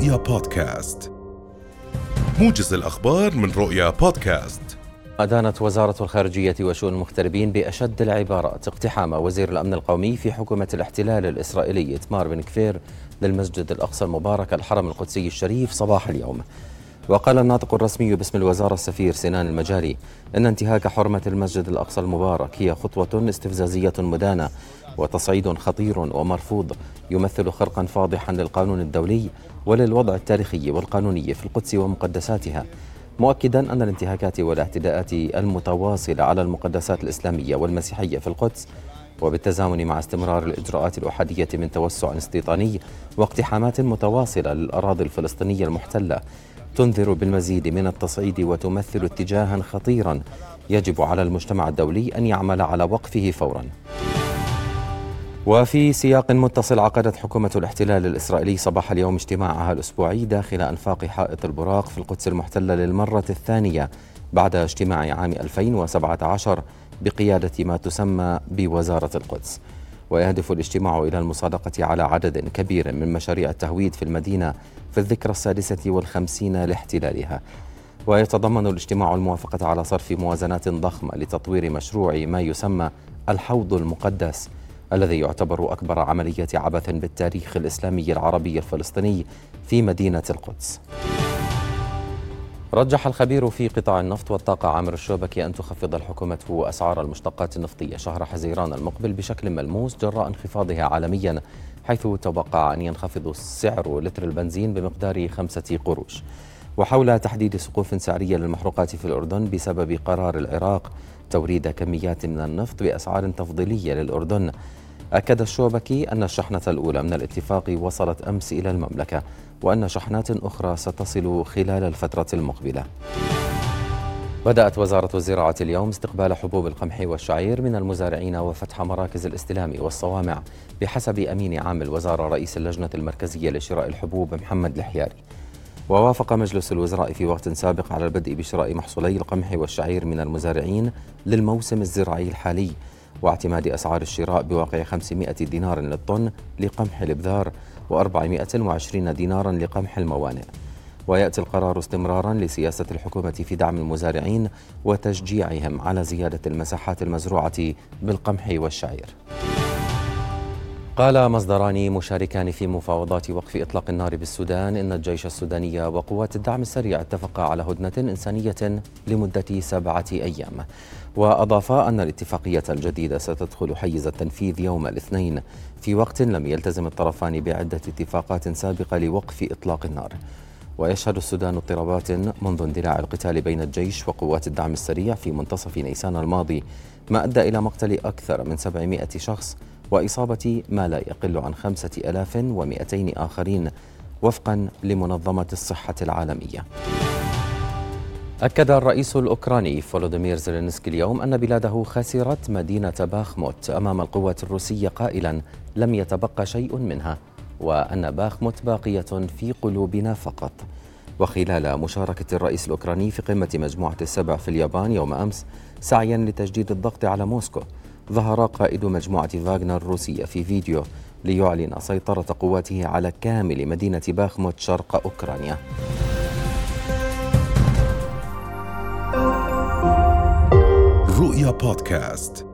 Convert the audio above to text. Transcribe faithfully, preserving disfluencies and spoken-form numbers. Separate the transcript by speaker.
Speaker 1: رؤيا بودكاست، موجز الأخبار من رؤيا بودكاست.
Speaker 2: أدانت وزارة الخارجية وشؤون المغتربين بأشد العبارات اقتحام وزير الأمن القومي في حكومة الاحتلال الإسرائيلي إتمار بن كفير للمسجد الأقصى المبارك الحرم القدسي الشريف صباح اليوم. وقال الناطق الرسمي باسم الوزارة السفير سنان المجاري إن انتهاك حرمة المسجد الأقصى المبارك هي خطوة استفزازية مدانة وتصعيد خطير ومرفوض يمثل خرقا فاضحا للقانون الدولي وللوضع التاريخي والقانوني في القدس ومقدساتها، مؤكدا أن الانتهاكات والاعتداءات المتواصلة على المقدسات الإسلامية والمسيحية في القدس وبالتزامن مع استمرار الإجراءات الأحادية من توسع استيطاني واقتحامات متواصلة للأراضي الفلسطينية المحتلة تنذر بالمزيد من التصعيد وتمثل اتجاها خطيرا يجب على المجتمع الدولي أن يعمل على وقفه فورا. وفي سياق متصل، عقدت حكومة الاحتلال الإسرائيلي صباح اليوم اجتماعها الأسبوعي داخل أنفاق حائط البراق في القدس المحتلة للمرة الثانية بعد اجتماع عام ألفين وسبعة عشر بقيادة ما تسمى بوزارة القدس. ويهدف الاجتماع إلى المصادقة على عدد كبير من مشاريع التهويد في المدينة في الذكرى السادسة والخمسين لاحتلالها. ويتضمن الاجتماع الموافقة على صرف موازنات ضخمة لتطوير مشروع ما يسمى الحوض المقدس الذي يعتبر أكبر عملية عبث بالتاريخ الإسلامي العربي الفلسطيني في مدينة القدس. رجح الخبير في قطاع النفط والطاقة عامر الشوبكي أن تخفض الحكومة أسعار المشتقات النفطية شهر حزيران المقبل بشكل ملموس جراء انخفاضها عالميا، حيث توقع أن ينخفض سعر لتر البنزين بمقدار خمسة قروش. وحول تحديد سقوف سعرية للمحروقات في الأردن بسبب قرار العراق توريد كميات من النفط بأسعار تفضيلية للأردن، أكد الشوبكي أن الشحنة الأولى من الاتفاق وصلت أمس إلى المملكة وأن شحنات أخرى ستصل خلال الفترة المقبلة. بدأت وزارة الزراعة اليوم استقبال حبوب القمح والشعير من المزارعين وفتح مراكز الاستلام والصوامع بحسب أمين عام الوزارة رئيس اللجنة المركزية لشراء الحبوب محمد الحياري. ووافق مجلس الوزراء في وقت سابق على البدء بشراء محصولي القمح والشعير من المزارعين للموسم الزراعي الحالي، واعتماد أسعار الشراء بواقع خمسمائة دينار للطن لقمح الإبذار وأربعمائة وعشرين دينارا لقمح الموانئ. ويأتي القرار استمرارا لسياسة الحكومة في دعم المزارعين وتشجيعهم على زيادة المساحات المزروعة بالقمح والشعير. قال مصدران مشاركان في مفاوضات وقف إطلاق النار بالسودان إن الجيش السوداني وقوات الدعم السريع اتفقا على هدنة إنسانية لمدة سبعة أيام. وأضافا أن الاتفاقية الجديدة ستدخل حيز التنفيذ يوم الاثنين في وقت لم يلتزم الطرفان بعدة اتفاقات سابقة لوقف إطلاق النار. ويشهد السودان اضطرابات منذ اندلاع القتال بين الجيش وقوات الدعم السريع في منتصف نيسان الماضي، ما أدى إلى مقتل أكثر من سبعمائة شخص وإصابة ما لا يقل عن خمسة آلاف ومئتين آخرين وفقا لمنظمة الصحة العالمية. أكد الرئيس الأوكراني فولوديمير زيلينسكي اليوم أن بلاده خسرت مدينة باخموت أمام القوات الروسية، قائلا لم يتبقى شيء منها وأن باخموت باقية في قلوبنا فقط. وخلال مشاركة الرئيس الأوكراني في قمة مجموعة السبع في اليابان يوم أمس سعيا لتجديد الضغط على موسكو، ظهر قائد مجموعة فاغنر الروسية في فيديو ليعلن سيطرة قواته على كامل مدينة باخموت شرق أوكرانيا.
Speaker 1: رؤيا بودكاست.